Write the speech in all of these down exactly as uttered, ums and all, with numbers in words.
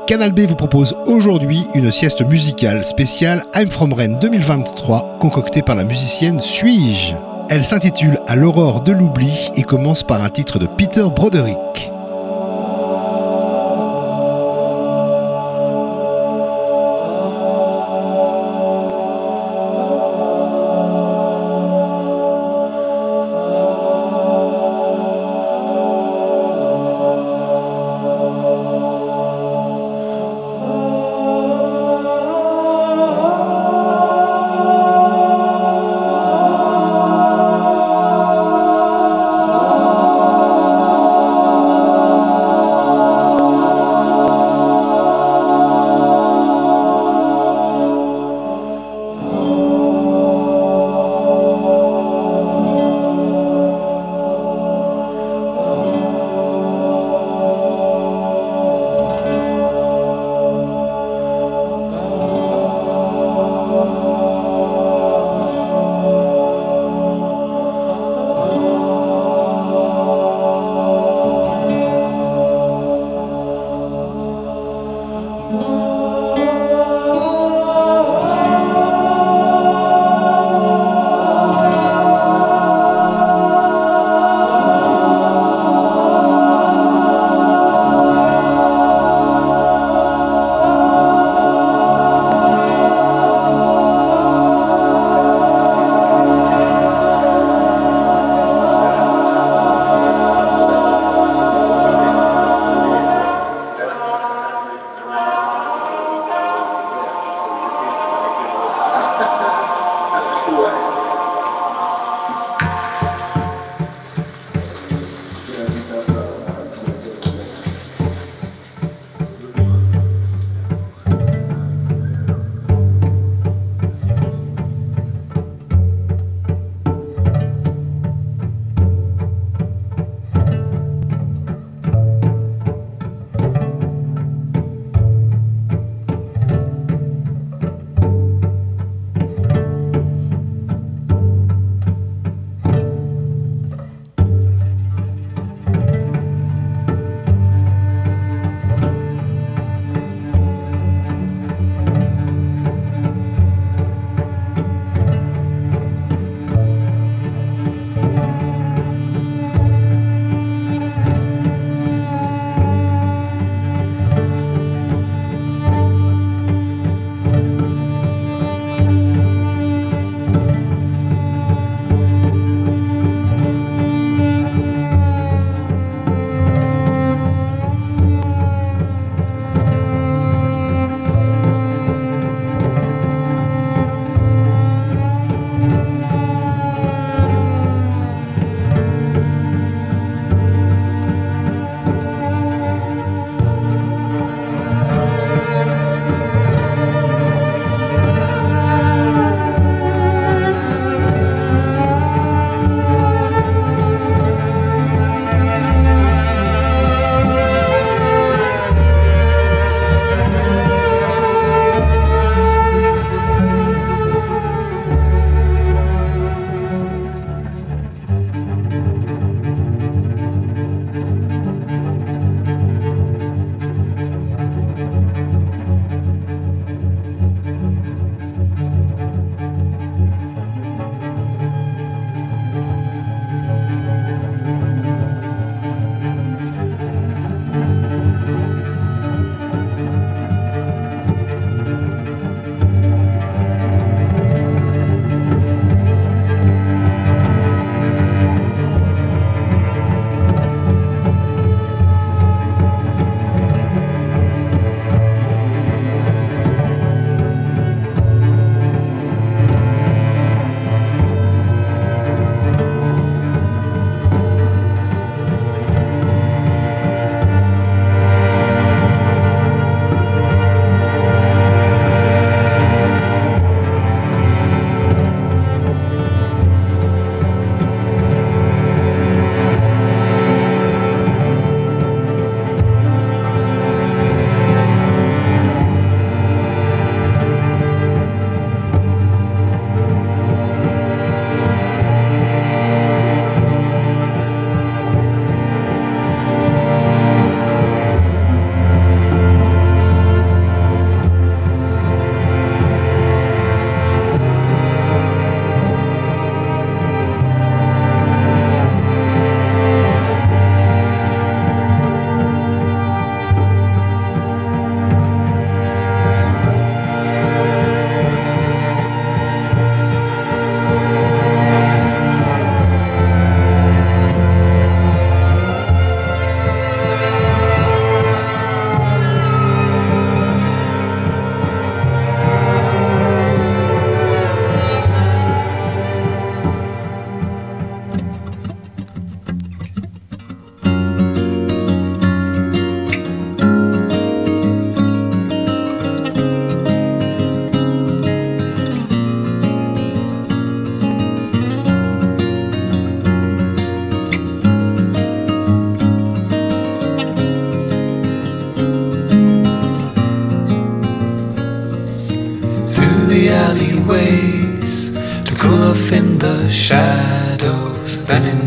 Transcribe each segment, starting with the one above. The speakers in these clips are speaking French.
Canal B vous propose aujourd'hui une sieste musicale spéciale I'm From Rennes deux mille vingt-trois concoctée par la musicienne Suis-je. Elle s'intitule À l'aurore de l'oubli et commence par un titre de Peter Broderick. Oh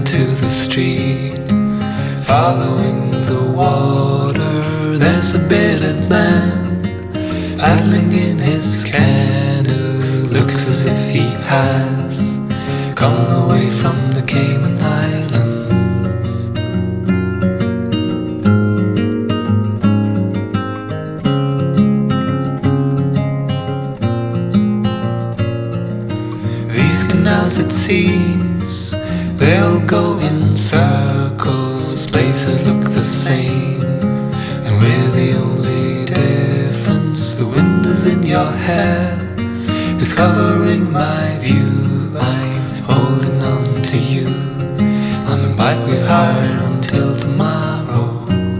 into the street, following the water. There's a bearded man paddling in his canoe. Looks as if he has come all the way from the Cayman Islands. These canals, it seems, they'll go in circles. Places look the same, and we're the only difference. The wind is in your hair, is covering my view. I'm holding on to you on the bike we hired until tomorrow.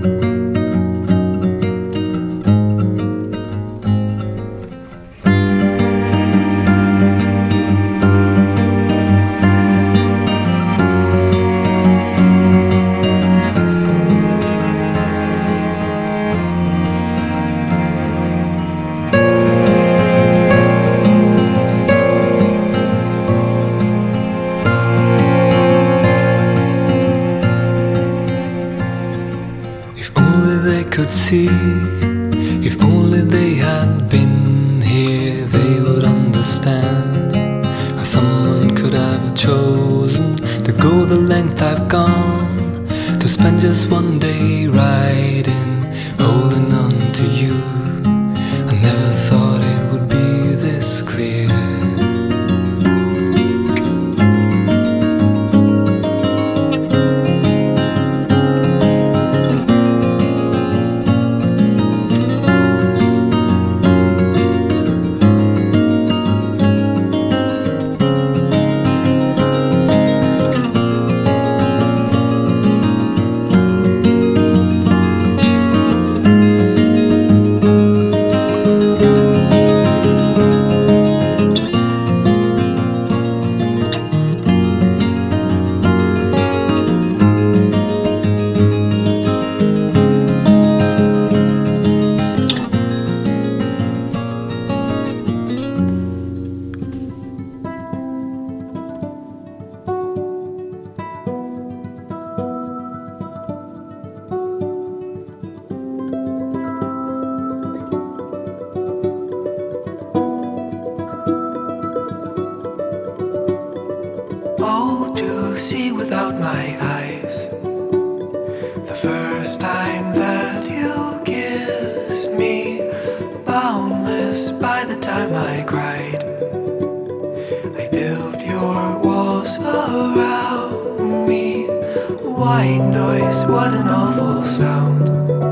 See, if only they had been here, they would understand how someone could have chosen to go the length I've gone, to spend just one day riding, holding on to you. I never thought it would be this clear. See without my eyes, the first time that you kissed me, boundless by the time I cried. I built your walls around me, white noise, what an awful sound.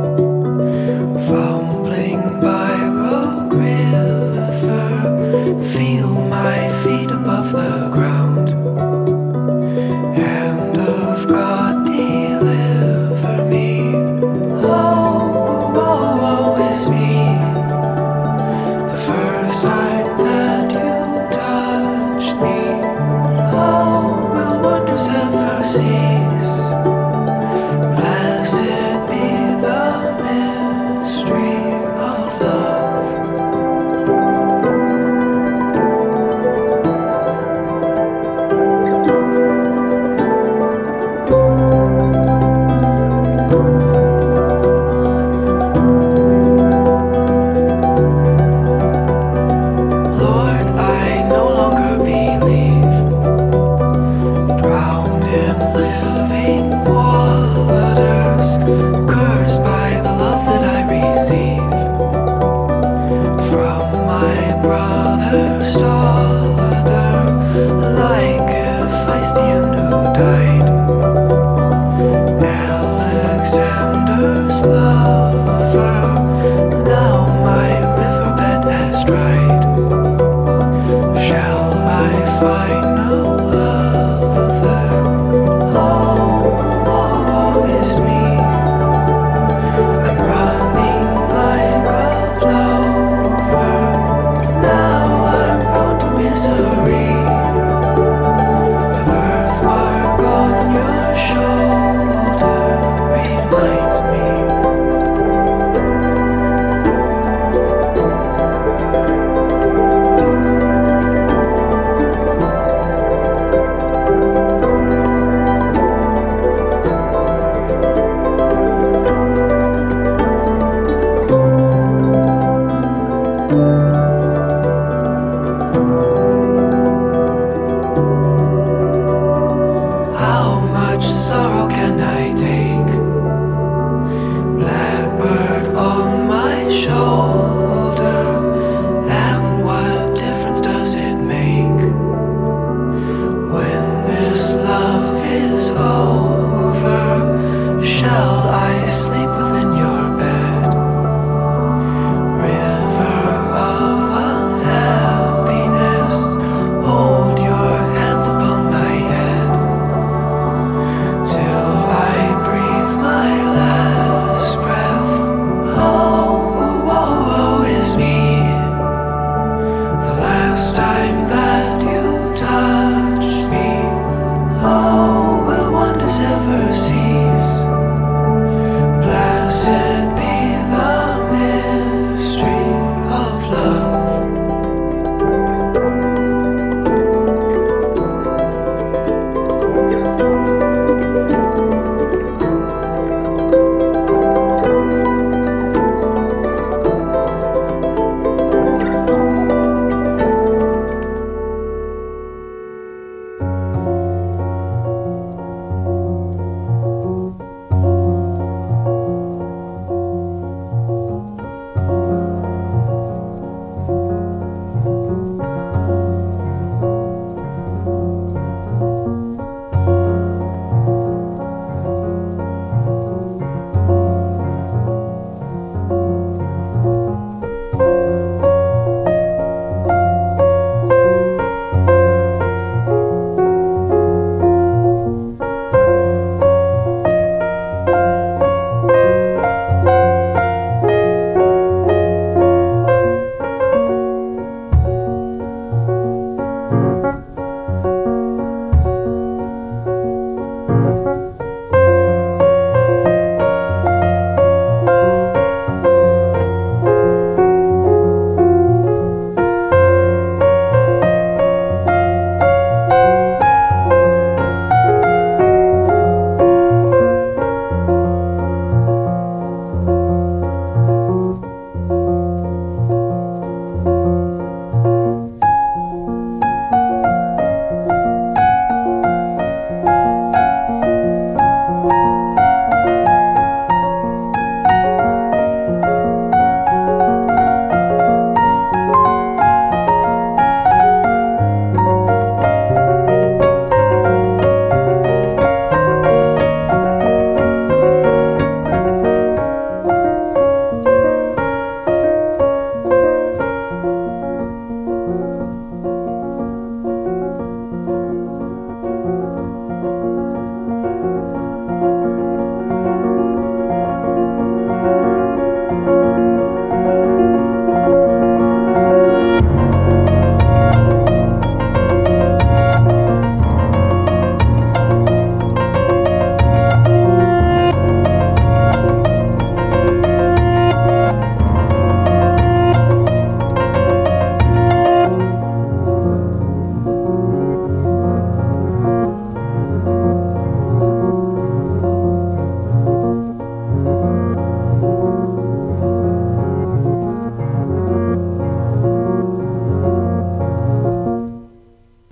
Fumbling by Rogue River, feel my feet above the ground. Hand of God, deliver me. Oh, woe, woe is me. The first time that you touched me, oh, will wonders ever cease? Blessed be the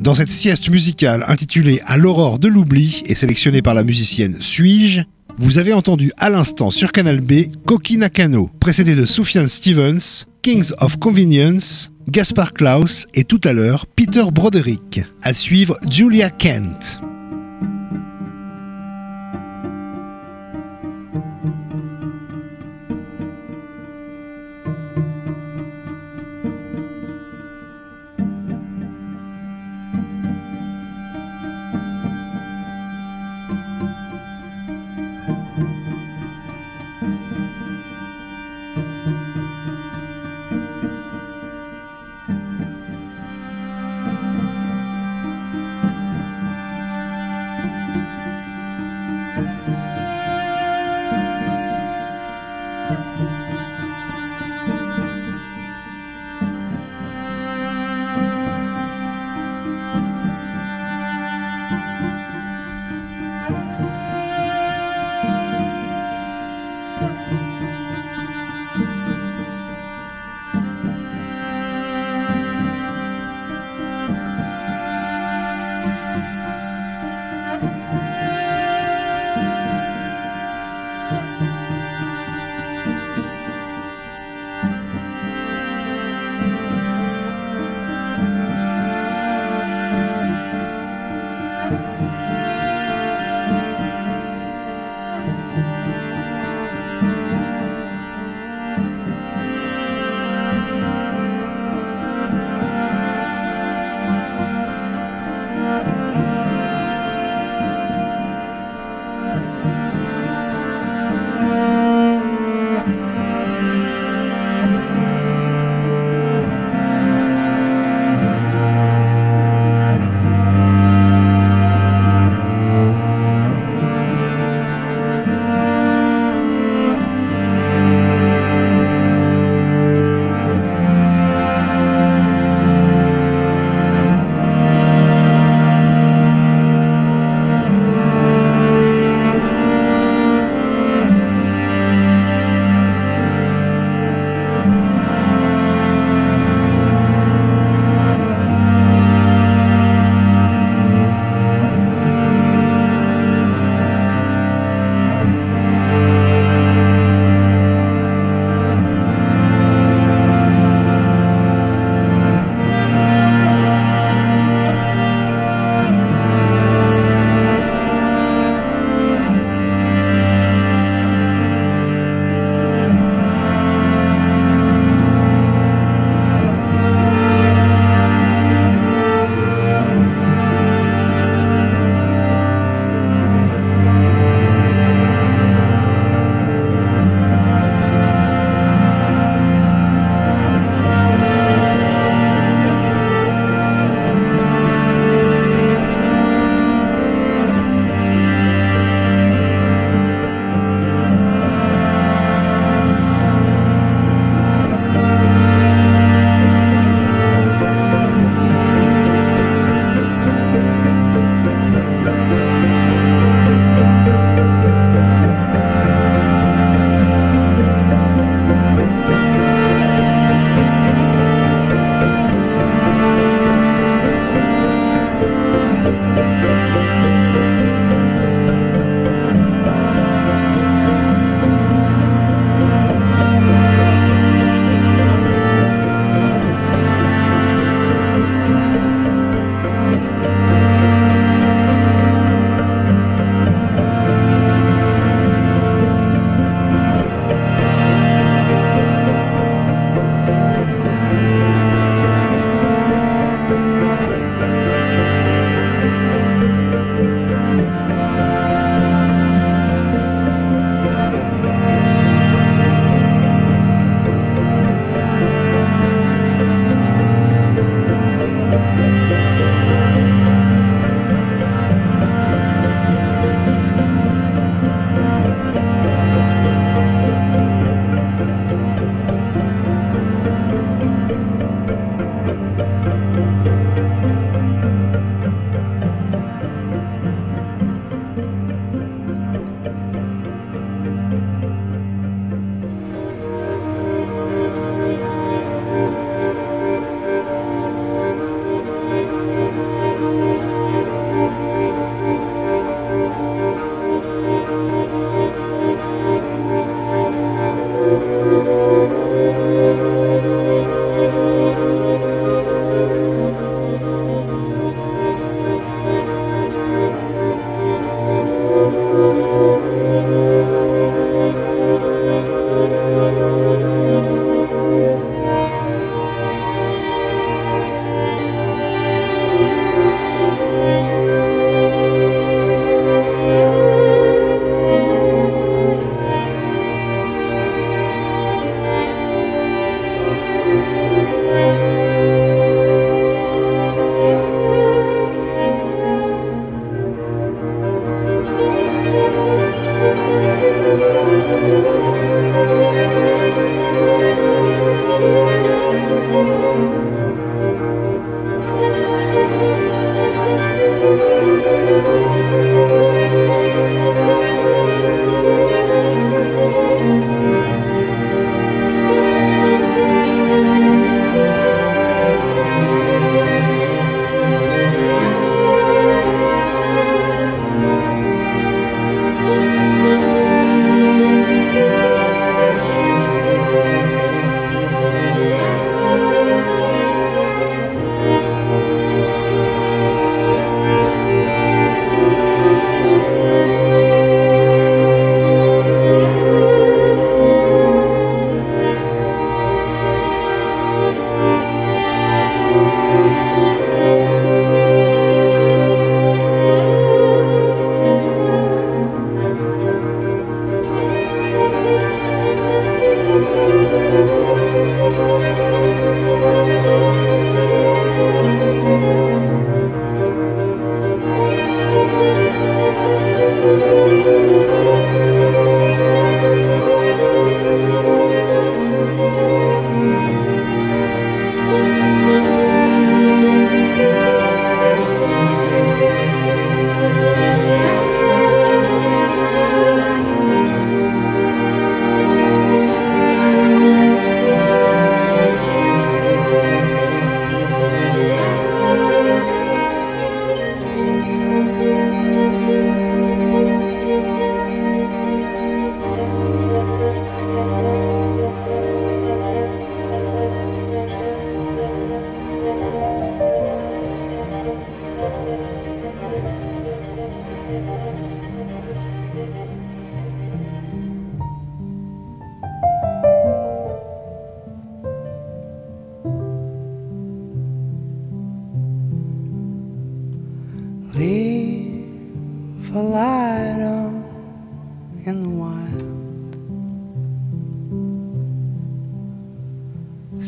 Dans cette sieste musicale intitulée À l'aurore de l'oubli et sélectionnée par la musicienne Suis-je, vous avez entendu à l'instant sur Canal B Koki Nakano, précédé de Sufjan Stevens, Kings of Convenience, Gaspar Klaus et tout à l'heure Peter Broderick. À suivre Julia Kent.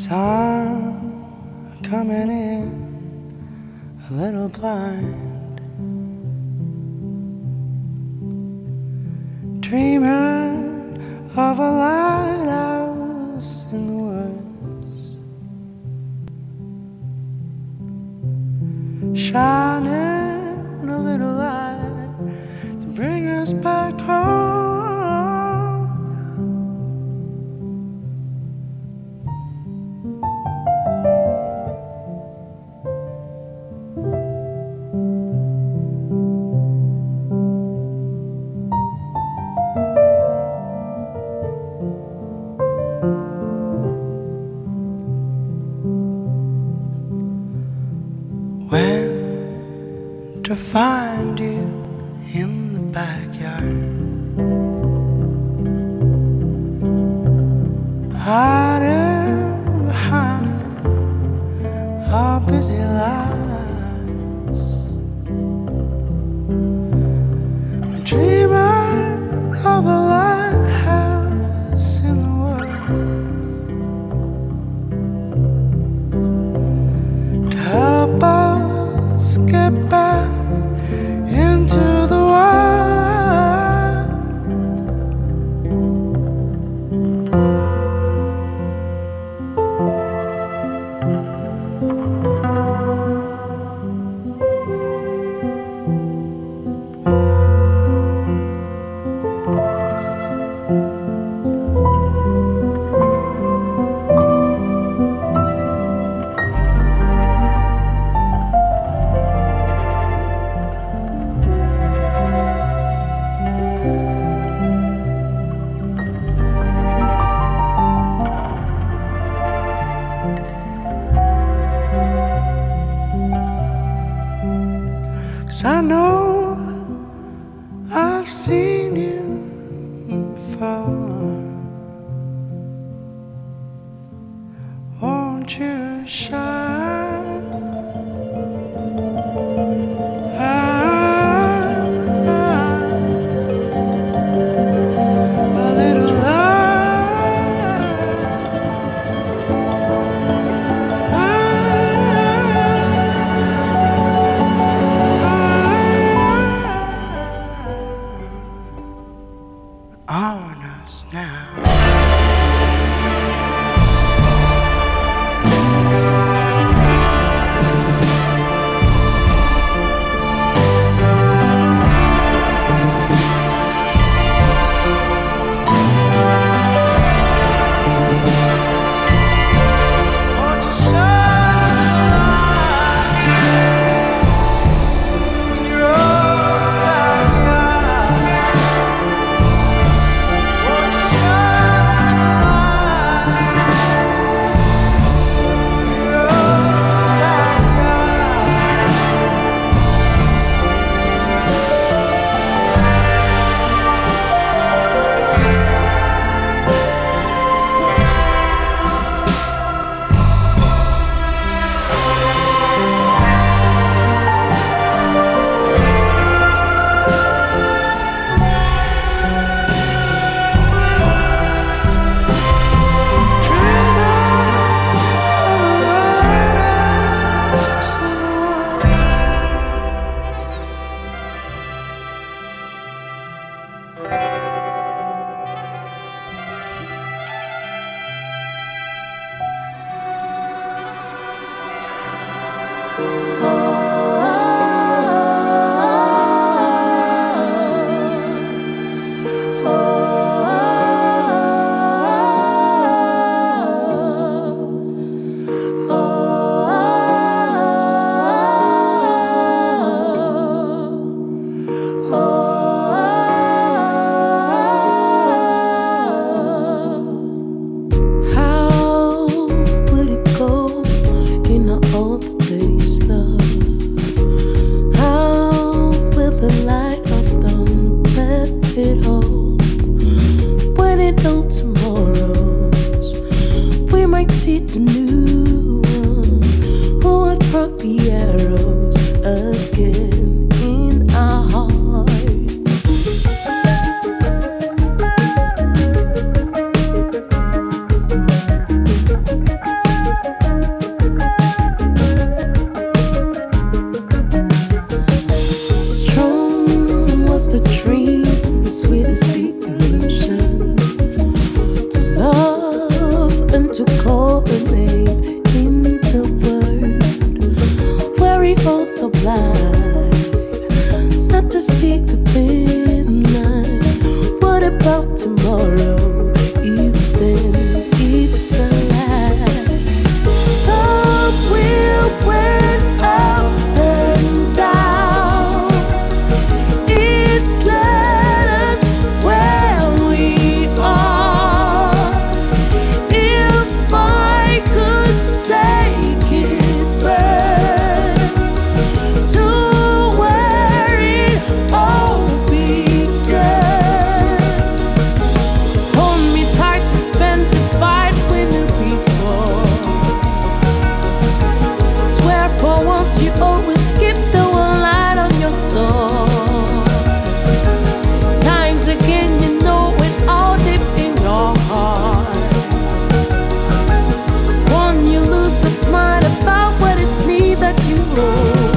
Sun coming in a little blind, dreaming of a lighthouse in the woods, shining a little light to bring us back home. When to find you in the backyard, hiding behind our busy lives, we're dreaming of a lighthouse in the woods to help us get back into the world. Cause I know I've seen you before. Won't you shine a little light? On us now. Won't you shine in your own backyard? Won't you shine sweetest illusion to love and to call a name in the world where we all so blind not to see the midnight. What about tomorrow if then it's the last? Love will went up and down. It led us where we are. If I could take it back to where it all began. Hold me tight, suspend the fight with you before. Swear for once you always skip the one light on your door. Times again you know it all deep in your heart. One you lose but smart about what it's me that you owe.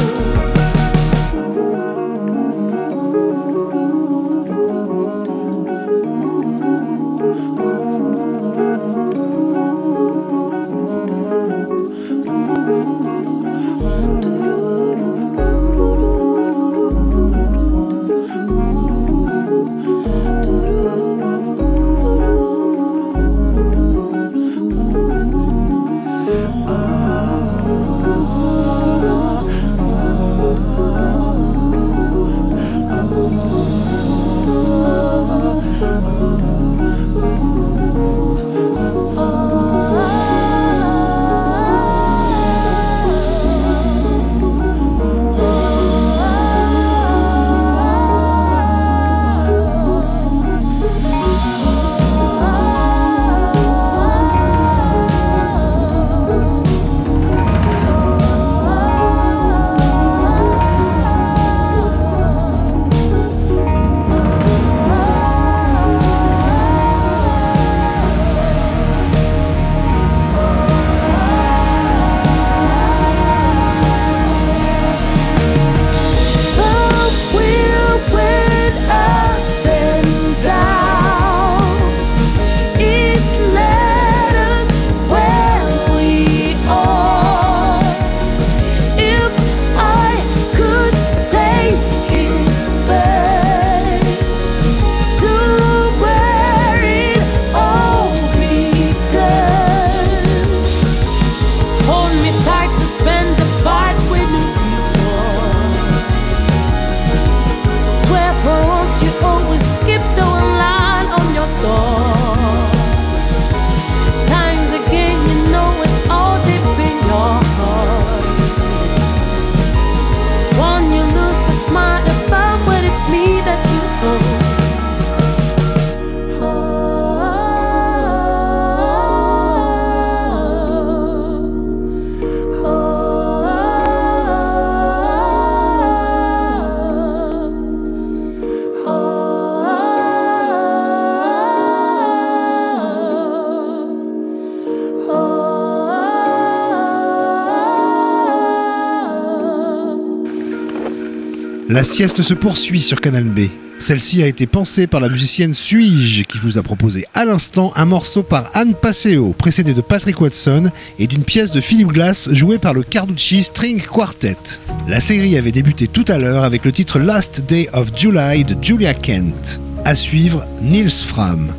La sieste se poursuit sur Canal B. Celle-ci a été pensée par la musicienne Suis-je, qui vous a proposé à l'instant un morceau par Anne Passeo, précédé de Patrick Watson et d'une pièce de Philip Glass jouée par le Carducci String Quartet. La série avait débuté tout à l'heure avec le titre Last Day of July de Julia Kent. À suivre, Nils Fram.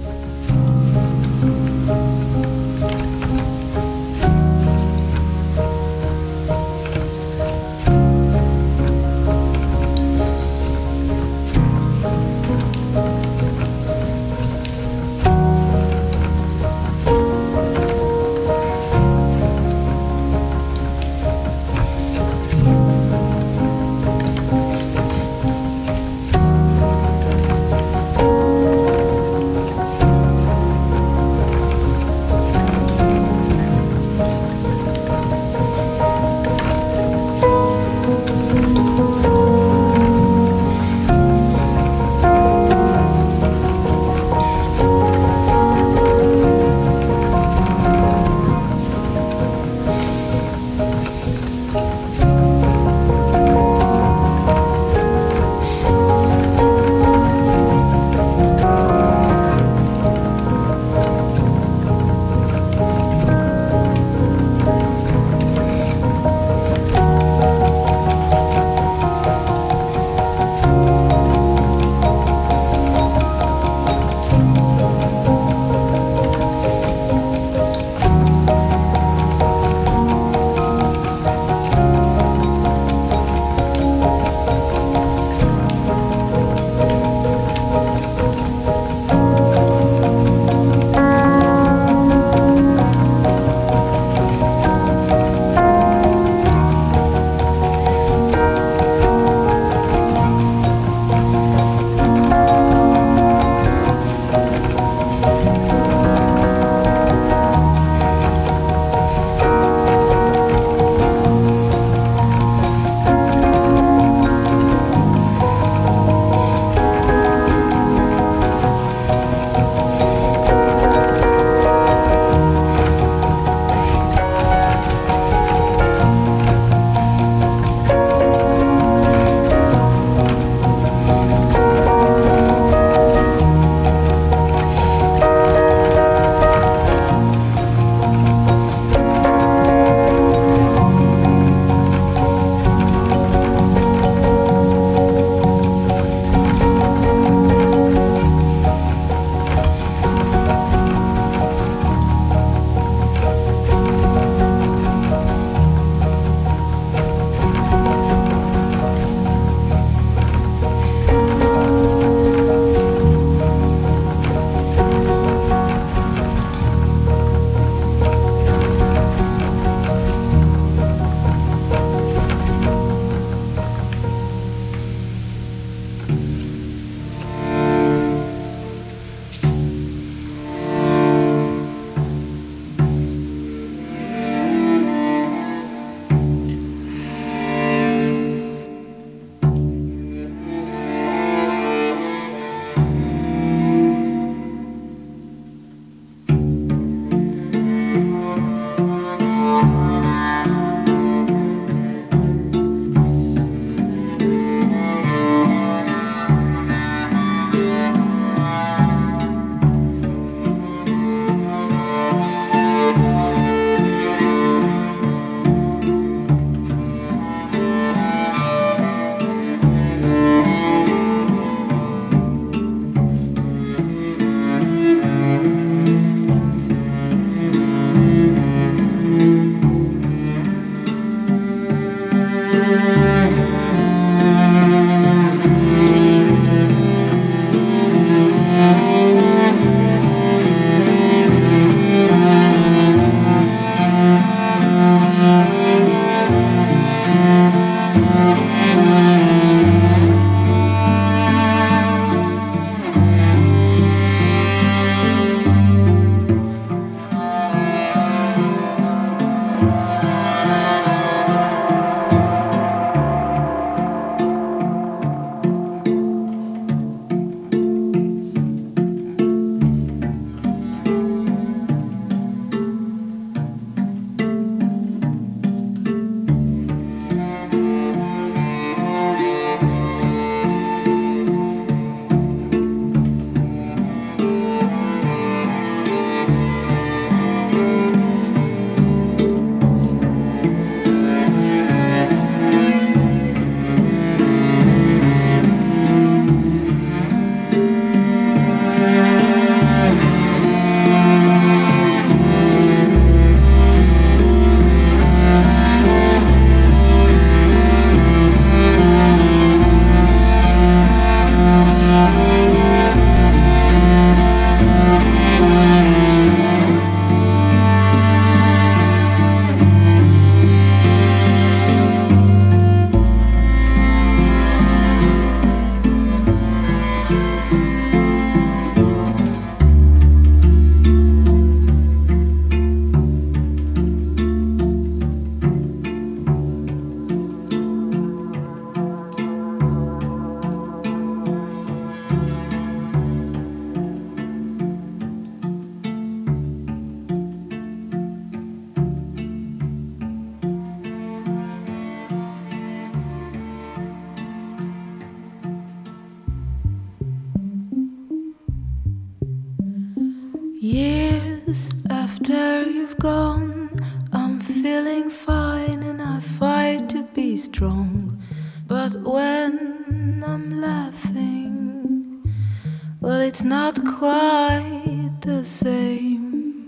Years after you've gone, I'm feeling fine and I fight to be strong. But when I'm laughing, well, it's not quite the same.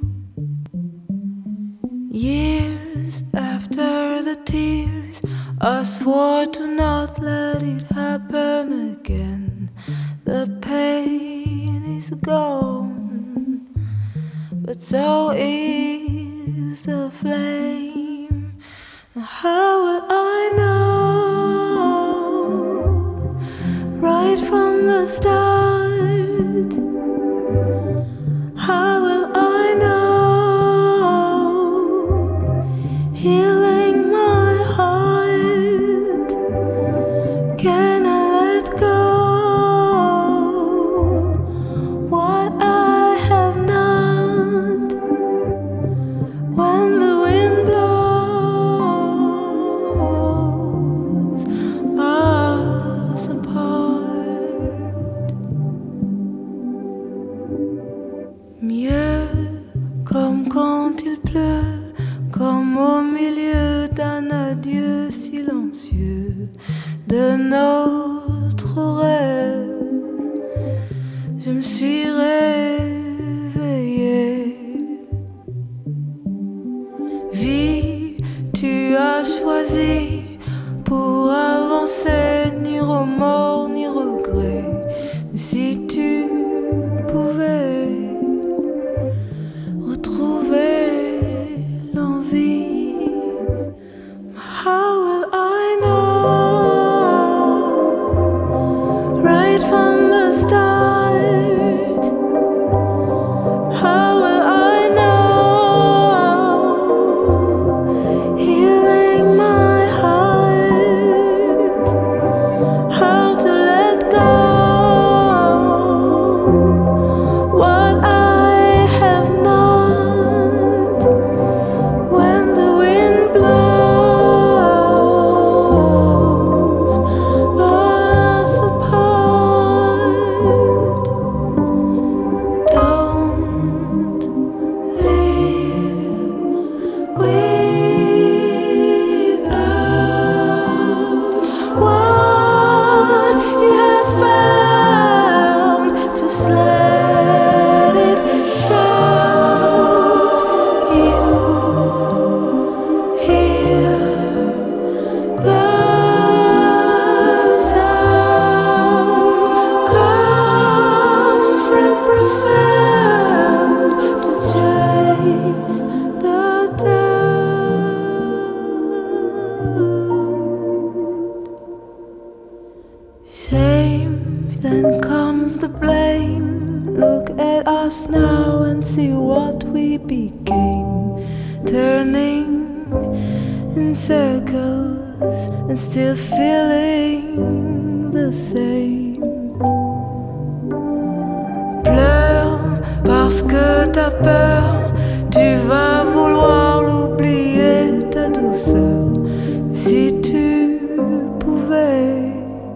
Years after the tears, I swore to not let it happen again. The pain is gone, but so is the flame. How will I know right from the start? How will I know healing my heart? Can I let go what I have not? When the wind blows us apart, mieux comme quand il pleut, comme au milieu d'un adieu silencieux de notre rêve, je me suis réveillée. Vie, tu as choisi pour avancer, ni remords ni regrets. Mais si tu pouvais retrouver l'envie, how will I know right from the start? How will I know healing my heart? How to let go what I have not? When the wind blows us apart, don't live without what you have found. Just let it shout. You hear the sound comes from profound to chase the doubt. Shame, then comes the blame. Look at us now and see what we became. Turning in circles and still feeling the same. Pleure parce que t'as peur, tu vas vouloir l'oublier ta douceur. Si tu pouvais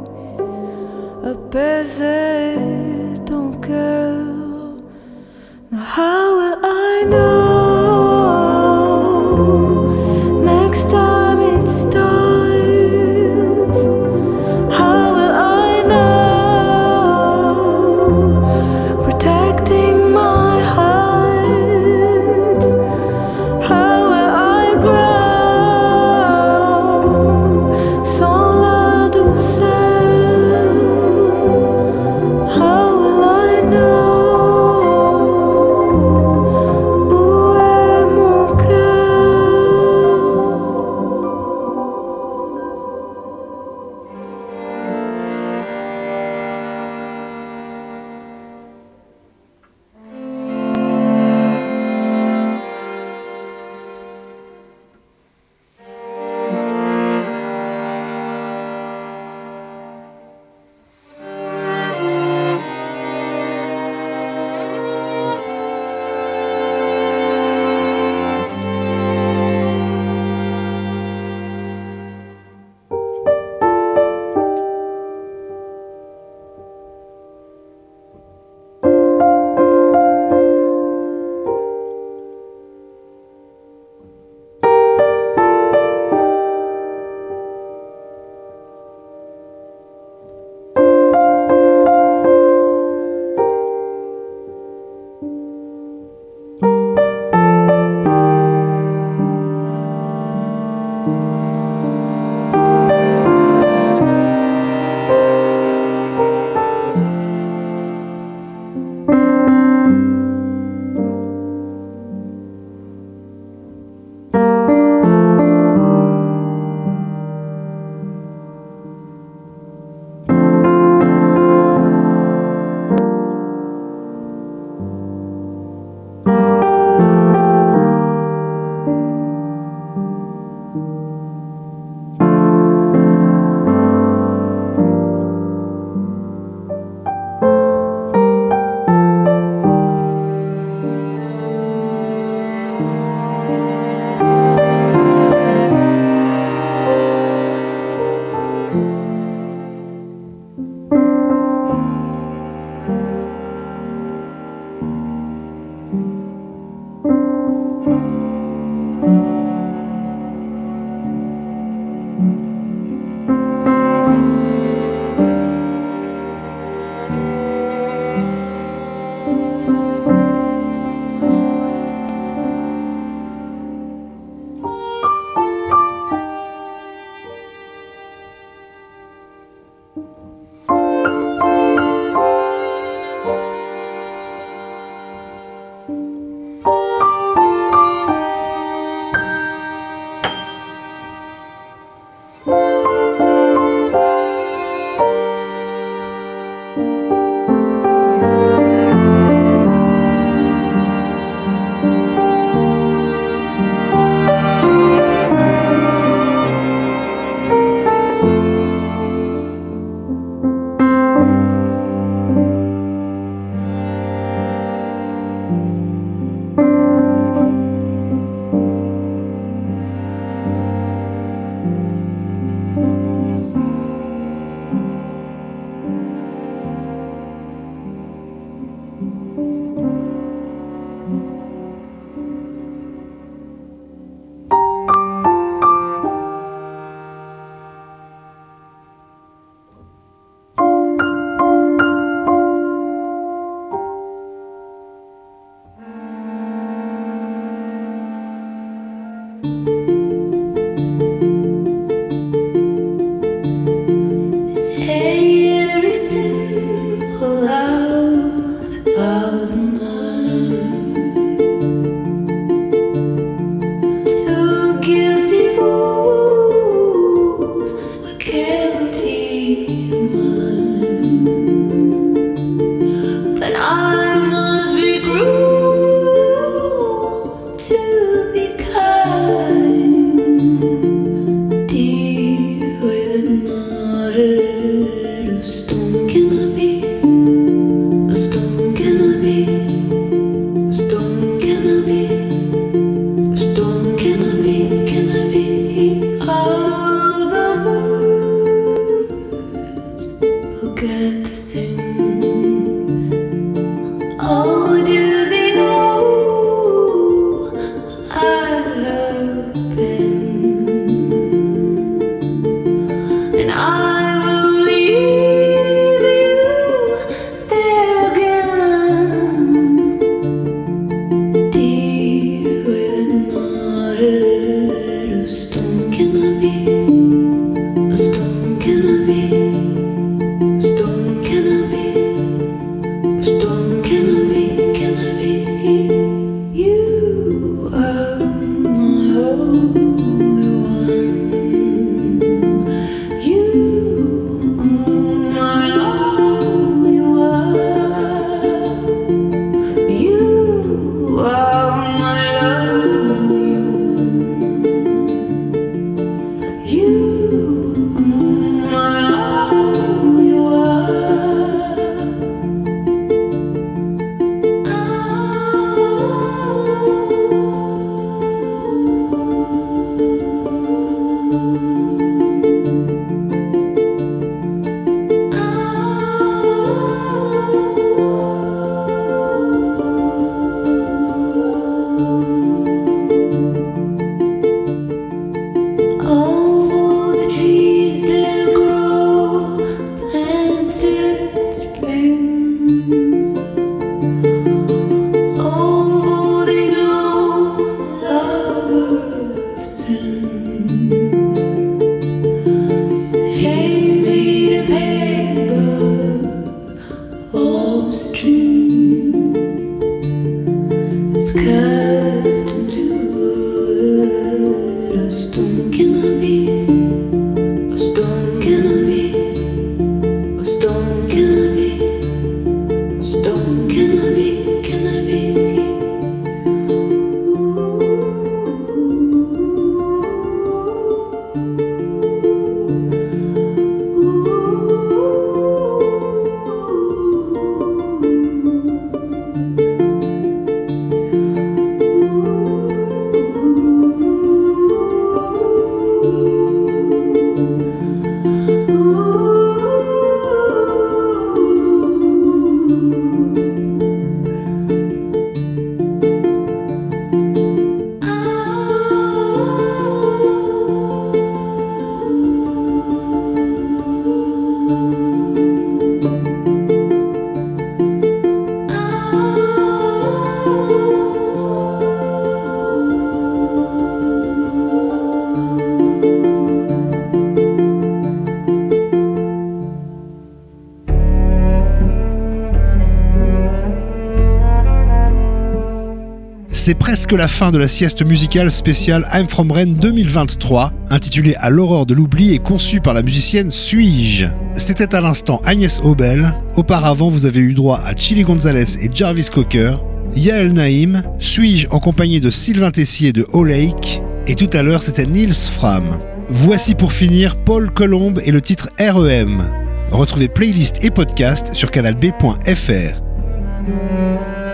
apaiser ton cœur, now how will I know next time it starts? How will I know protecting my heart? How will I grow sans la douceur thousand two guilty fools were guilty of mine, but I must be cruel to be kind, dear with a heart of stone. Can I be a stone? Can I be a stone? Can I be a stone? Can I be? Can I be all the birds forget to sing? Oh, do they know I have been? And I will leave you there again, dear with a heart of stone. Can I be a stone? Can I be a stone? Can I be a stone? Can I be? Can I be? You are my holy one. You are my love. You are. You are my love. You are my love. You Although the trees did grow, plants did spring. Although they know lovers sin, handmade of paper or string, it's cast into a stone. Can I be a stone? Can I be a stone? Can I be a stone? Can I be? Can I be? C'est presque la fin de la sieste musicale spéciale I'm From Rennes deux mille vingt-trois, intitulée À l'aurore de l'oubli et conçue par la musicienne Suis-je. C'était à l'instant Agnès Obel. Auparavant, vous avez eu droit à Chili Gonzalez et Jarvis Cocker, Yael Naïm, Suis-je en compagnie de Sylvain Tessier de O-Lake, et tout à l'heure, c'était Niels Fram. Voici pour finir Paul Colombe et le titre R E M. Retrouvez playlist et podcast sur canal b point f r.